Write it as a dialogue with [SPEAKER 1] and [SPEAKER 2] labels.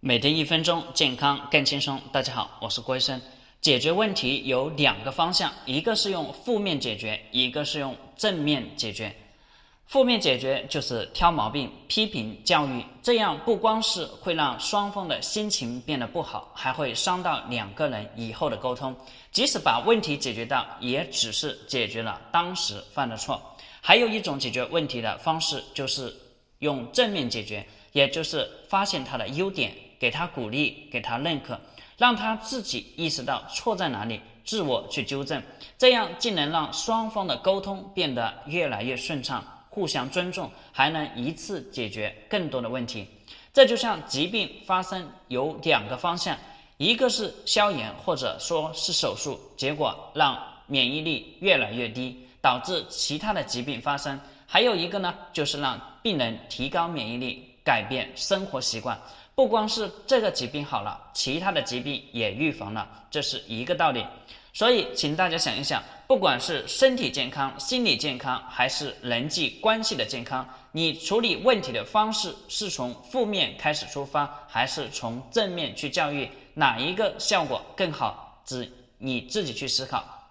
[SPEAKER 1] 每天1分钟，健康更轻松。大家好，我是郭医生。解决问题有2个方向，一个是用负面解决，一个是用正面解决。负面解决就是挑毛病、批评、教育，这样不光是会让双方的心情变得不好，还会伤到2个人以后的沟通。即使把问题解决到，也只是解决了当时犯的错。还有一种解决问题的方式，就是用正面解决，也就是发现他的优点，给他鼓励，给他认可，让他自己意识到错在哪里，自我去纠正，这样既能让双方的沟通变得越来越顺畅，互相尊重，还能一次解决更多的问题。这就像疾病发生有2个方向，一个是消炎或者说是手术，结果让免疫力越来越低，导致其他的疾病发生；还有一个呢，就是让病人提高免疫力，改变生活习惯。不光是这个疾病好了，其他的疾病也预防了，这是一个道理。所以请大家想一想，不管是身体健康、心理健康，还是人际关系的健康，你处理问题的方式是从负面开始出发，还是从正面去教育，哪一个效果更好，你自己去思考。